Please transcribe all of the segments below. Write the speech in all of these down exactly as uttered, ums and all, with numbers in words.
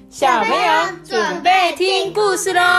小朋友准备听故事咯。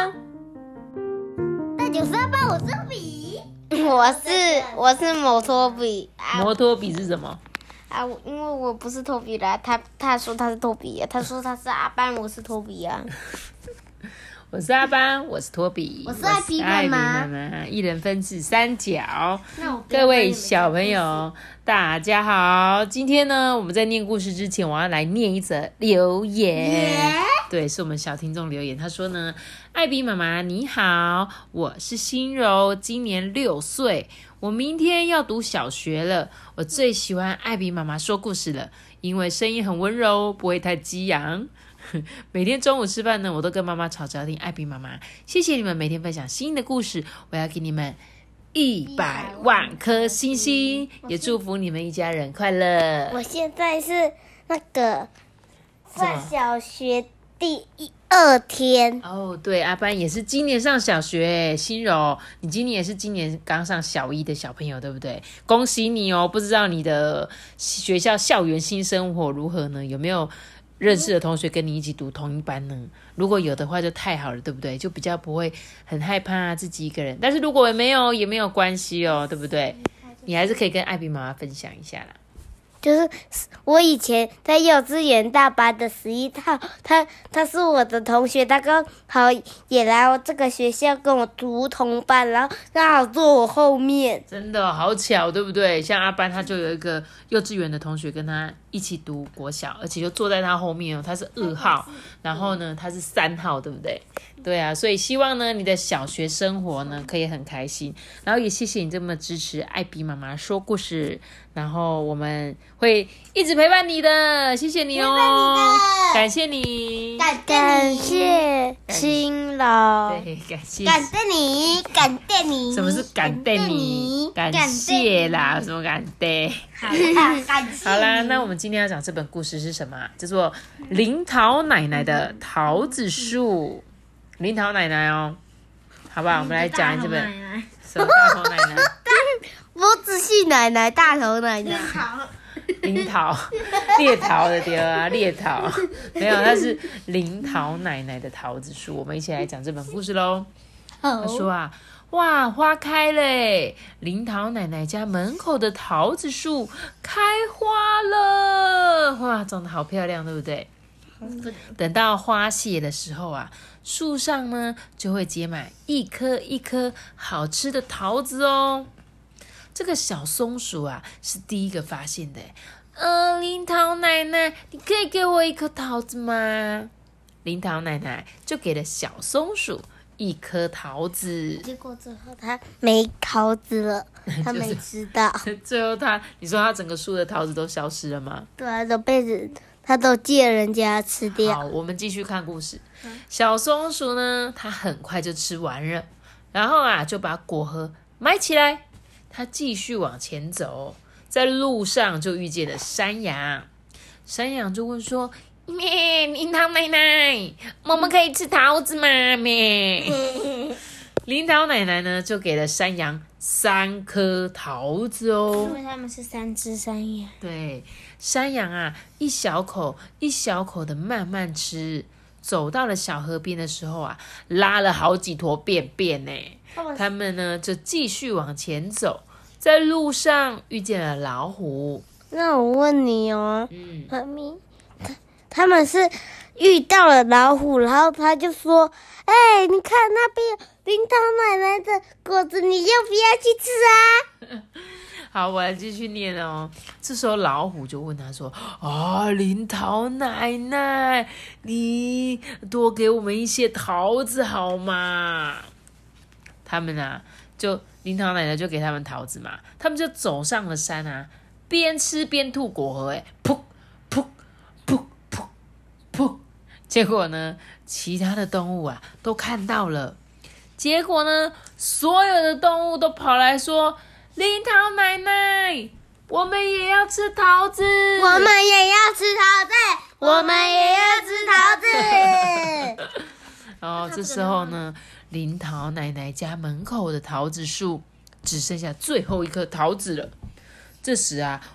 那就是要帮我是笔， 我是我是摩托比、 啊、摩托比是什么啊？因为我不是托比啦，他他说他是托比啊，他说他是阿班，我是托比啊。 我是阿班，我是托比， 我是艾比妈妈， 一人分饰三角。各位小朋友，大家好！今天呢，我们在念故事之前，我要来念一则留言。Yeah? 对，是我们小听众留言。他说呢，艾比妈妈你好，我是心柔，今年六岁，我明天要读小学了。我最喜欢艾比妈妈说故事了，因为声音很温柔，不会太激昂。每天中午吃饭呢，我都跟妈妈吵着要听艾比妈妈。谢谢你们每天分享新的故事，我要给你们一百万颗星星，也祝福你们一家人快乐。 我现在是那个上小学第一二天哦，对，阿班也是今年上小学，心柔，你今年也是今年刚上小一的小朋友，对不对？恭喜你哦！不知道你的学校校园新生活如何呢？有没有认识的同学跟你一起读同一班呢？如果有的话就太好了，对不对？就比较不会很害怕自己一个人。但是如果没有也没有关系哦，对不对？你还是可以跟艾比妈妈分享一下啦。 就是我以前在幼稚园大班的十一号，他他是我的同学，他刚好也来我这个学校跟我读同班，然后刚好坐我后面。 真的好巧，对不对？像阿班他就有一个幼稚园的同学跟他一起读国小，而且就坐在他后面哦，他是二号，然后呢他是三号，对不对？对啊，所以希望呢你的小学生活呢可以很开心，然后也谢谢你这么支持艾比妈妈说故事，然后我们会一直陪伴你的，谢谢你哦，感谢你， 感谢辛劳， 对，感谢， 感谢你，感谢你， 什么是感谢你？感谢啦，什么感谢？ 好啦，感谢。 好啦，那我们今天要讲这本故事是什么？叫做林桃奶奶的桃子树。林桃奶奶哦，好不好？我们来讲这本什么大头奶奶？ 不仔细奶奶，大头奶奶。 林桃，猎桃的对啊，猎桃没有，它是林桃奶奶的桃子树。我们一起来讲这本故事喽。他说啊，哇，花开了，林桃奶奶家门口的桃子树开花了，哇，长得好漂亮，对不对？等到花谢的时候啊，树上呢就会结满一颗一颗好吃的桃子哦。这个小松鼠啊是第一个发现的。呃，林桃奶奶，你可以给我一颗桃子吗？林桃奶奶就给了小松鼠一颗桃子。 结果最后它没桃子了，它没吃到。 最后它，你说它整个树的桃子都消失了吗？ 对啊，都被人。他都借人家吃掉。 好，我们继续看故事。嗯、小松鼠呢，它很快就吃完了，然后啊，就把果核埋起来。它继续往前走，在路上就遇见了山羊。山羊就问说：“咩，林桃奶奶，我们可以吃桃子吗？咩？”林桃奶奶呢，就给了山羊三颗桃子哦。 因为他们是三只山羊。 对，山羊啊，一小口一小口的慢慢吃，走到了小河边的时候啊，拉了好几坨便便呢。他们呢，就继续往前走，在路上遇见了老虎。 那我问你哦，嗯，妈咪，他他们是遇到了老虎，然后他就说：“哎、欸，你看那边林桃奶奶的果子，你要不要去吃啊？” 好，我来继续念哦。这时候老虎就问他说：“啊，林桃奶奶，你多给我们一些桃子好吗？”他们啊，就林桃奶奶就给他们桃子嘛，他们就走上了山啊，边吃边吐果核，哎，噗噗噗噗噗。结果呢，其他的动物啊都看到了，结果呢，所有的动物都跑来说：“林桃奶奶，我们也要吃桃子， 我们也要吃桃子，我们也要吃桃子。” 然后这时候呢，林桃奶奶家门口的桃子树只剩下最后一颗桃子了。这时啊，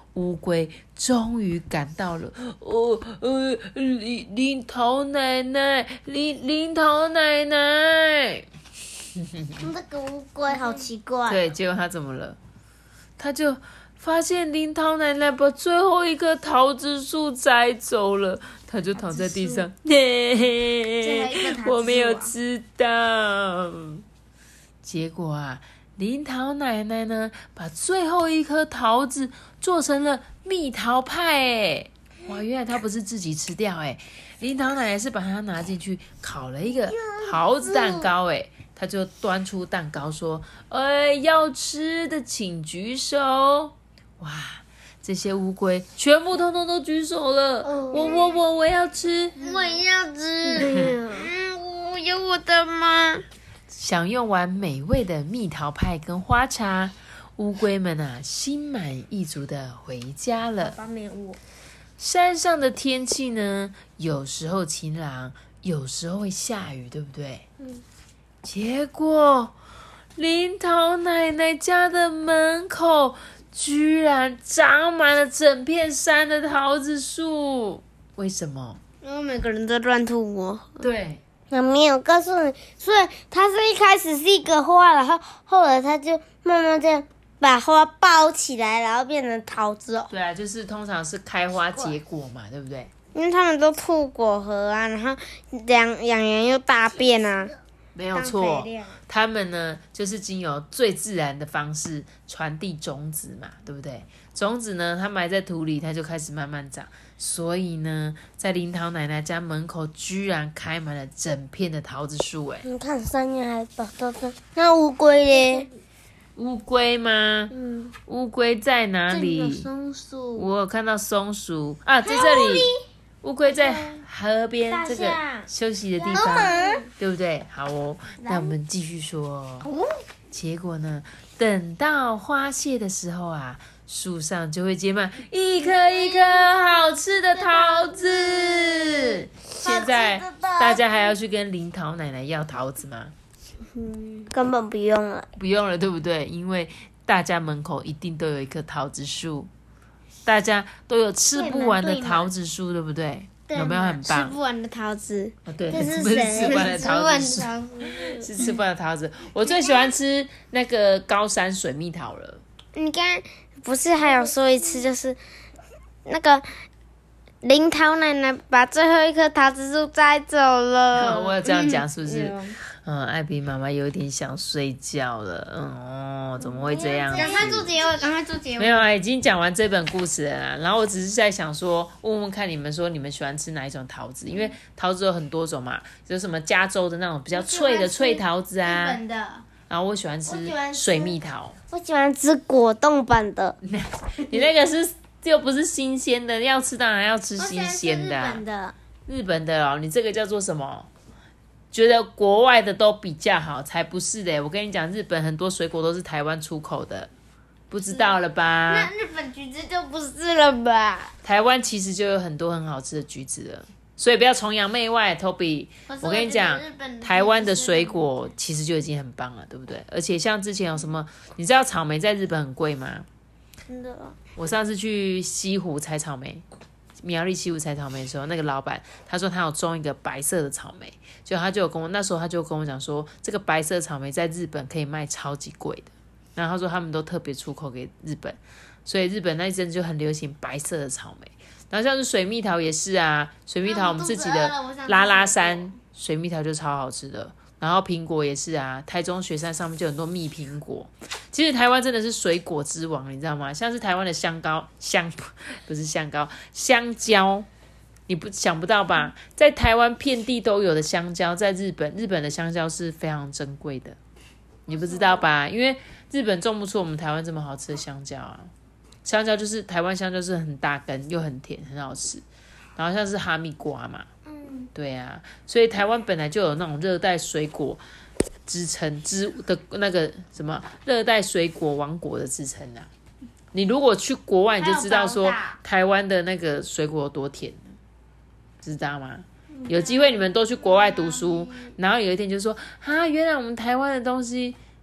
乌龟终于赶到了。哦呃，樱樱桃奶奶，樱樱桃奶奶。 这个乌龟好奇怪。 对，结果他怎么了？他就发现樱桃奶奶把最后一棵桃子树摘走了，他就躺在地上，嘿嘿，我没有吃到。结果啊，樱桃奶奶呢，把最后一颗桃子做成了蜜桃派，哎，哇，原来她不是自己吃掉，哎，樱桃奶奶是把它拿进去烤了一个桃子蛋糕，哎，她就端出蛋糕说：“哎，要吃的请举手。”哇，这些乌龟全部通通都举手了，我我我我要吃， 我也要吃，嗯，我有我的吗？ 享用完美味的蜜桃派跟花茶，乌龟们啊，心满意足的回家了。山上的天气呢，有时候晴朗，有时候会下雨，对不对？嗯。结果，樱桃奶奶家的门口居然长满了整片山的桃子树，为什么？ 因为每个人都乱吐沫。 对。 我没有告诉你，所以它是一开始是一个花，然后后来它就慢慢这样把花包起来，然后变成桃子哦。 对啊，就是通常是开花结果嘛，对不对？ 因为他们都吐果核啊，然后养养人又大便啊。 没有错，他们呢就是经由最自然的方式传递种子嘛，对不对？种子呢，它埋在土里，它就开始慢慢长。所以呢，在樱桃奶奶家门口居然开满了整片的桃子树，哎！ 你看上面还宝宝的，那乌龟嘞？ 乌龟吗？嗯，乌龟在哪里？ 松鼠， 我有看到松鼠啊，在这里。乌龟在河边这个休息的地方，对不对？好哦，那我们继续说。结果呢，等到花谢的时候啊，树上就会结满一颗一颗好吃的桃子。现在大家还要去跟樱桃奶奶要桃子吗？ 嗯，根本不用了。 不用了，对不对？因为大家门口一定都有一棵桃子树。大家都有吃不完的桃子树，对不对？有没有很棒？ 吃不完的桃子， 哦、对，不是吃不完的桃子树，是吃不完的桃子。我最喜欢吃那个高山水蜜桃了。 你刚刚不是还有说一次，就是那个樱桃奶奶把最后一棵桃子树摘走了。 我有这样讲，是不是？嗯嗯，艾比妈妈有点想睡觉了，嗯，哦，怎么会这样？ 赶快做结尾，赶快做结尾。 没有啊，已经讲完这本故事了啦。然后我只是在想说，问问看你们说你们喜欢吃哪一种桃子？因为桃子有很多种嘛，有什么加州的那种比较脆的脆桃子啊。 日本的。 然后我喜欢吃水蜜桃。 我喜欢吃果冻版的。 你那个是又不是新鲜的，要吃当然要吃新鲜的、啊。 日本的。 日本的哦，你这个叫做什么？觉得国外的都比较好，才不是的。我跟你讲，日本很多水果都是台湾出口的，不知道了吧？ 那日本橘子就不是了吧？ 台湾其实就有很多很好吃的橘子了，所以不要崇洋媚外 ，Toby。我跟你讲，台湾的水果其实就已经很棒了，对不对？而且像之前有什么，你知道草莓在日本很贵吗？ 真的。 我上次去西湖采草莓。苗栗西湖采草莓的时候，那个老板他说他有种一个白色的草莓，就他就有跟我那时候他就跟我讲说，这个白色草莓在日本可以卖超级贵的。然后他说他们都特别出口给日本，所以日本那一阵就很流行白色的草莓。然后像是水蜜桃也是啊，水蜜桃我们自己的拉拉山水蜜桃就超好吃的。然后苹果也是啊，台中雪山上面就很多蜜苹果。其实台湾真的是水果之王，你知道吗？像是台湾的香膏香不是香膏香蕉，你不想不到吧？在台湾遍地都有的香蕉，在日本日本的香蕉是非常珍贵的，你不知道吧？因为日本种不出我们台湾这么好吃的香蕉啊。香蕉就是台湾香蕉是很大根又很甜很好吃，然后像是哈密瓜嘛。对啊，所以台湾本来就有那种热带水果之称之的那个什么热带水果王国的之称啊。你如果去国外，你就知道说台湾的那个水果有多甜，知道吗？有机会你们都去国外读书，然后有一天就说啊，原来我们台湾的东西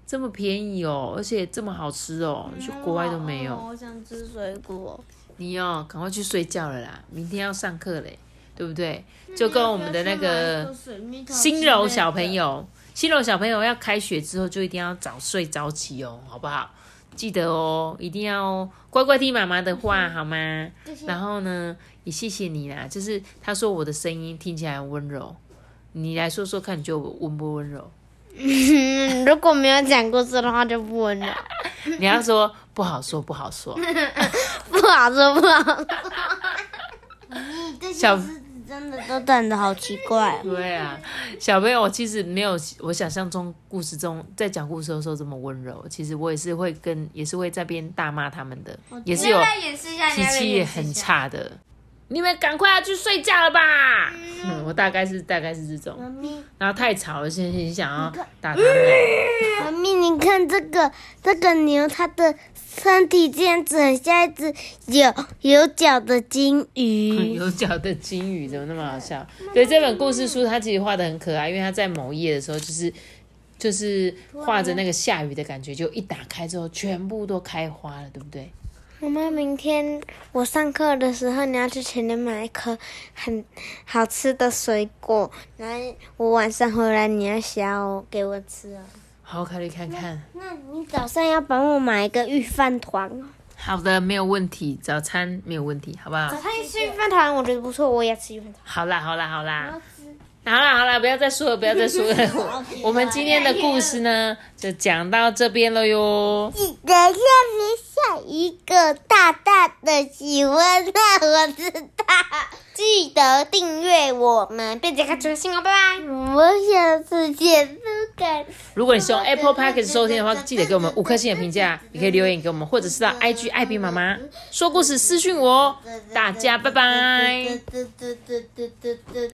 这么便宜哦，而且这么好吃哦，去国外都没有。 我想吃水果。 你哦，赶快去睡觉了啦，明天要上课嘞，对不对？就跟我们的那个心柔小朋友，心柔小朋友要开学之后就一定要早睡早起哦，好不好？记得哦，一定要乖乖听妈妈的话，好吗？然后呢，也谢谢你啦，就是他说我的声音听起来很温柔，你来说说看，你觉得我温不温柔？ 嗯，如果没有讲故事的话就不温柔。 你要说不好说，不好说， 不好说，不好说。 小狮子真的都长得好奇怪、哦。 对啊，小朋友，我其实没有我想象中故事中在讲故事的时候这么温柔。其实我也是会跟，也是会在边大骂他们的，也是有脾气也很差的。你们赶快要去睡觉了吧？嗯，我大概是大概是这种，然后太吵了，现在想要打他们。 妈咪，你看这个这个牛，它的身体这样子很像一只有有脚的金鱼。 有脚的金鱼怎么那么好笑？对，这本故事书它其实画得很可爱，因为它在某页的时候就是就是画着那个下雨的感觉，就一打开之后全部都开花了，对不对？ 妈妈，明天我上课的时候，你要去前面买一颗很好吃的水果，然后我晚上回来你要削给我吃哦。 好，考虑看看。 那你早上要帮我买一个御饭团哦。 好的，没有问题，早餐没有问题，好不好？ 早餐吃御饭团，我觉得不错，我也要吃御饭团。 好啦，好啦，好啦。好啦好啦，不要再说了，不要再说了。我们今天的故事呢，就讲到这边了哟。 记得下面下一个大大的喜欢，那我知道。 记得订阅我们，并且开启新哦，拜拜。 我下次见，不敢。 如果你是用 Apple Podcast 收听的话，记得给我们五颗星的评价，也可以留言给我们，或者是到 I G 艾比妈妈说故事私讯我哦。大家拜拜。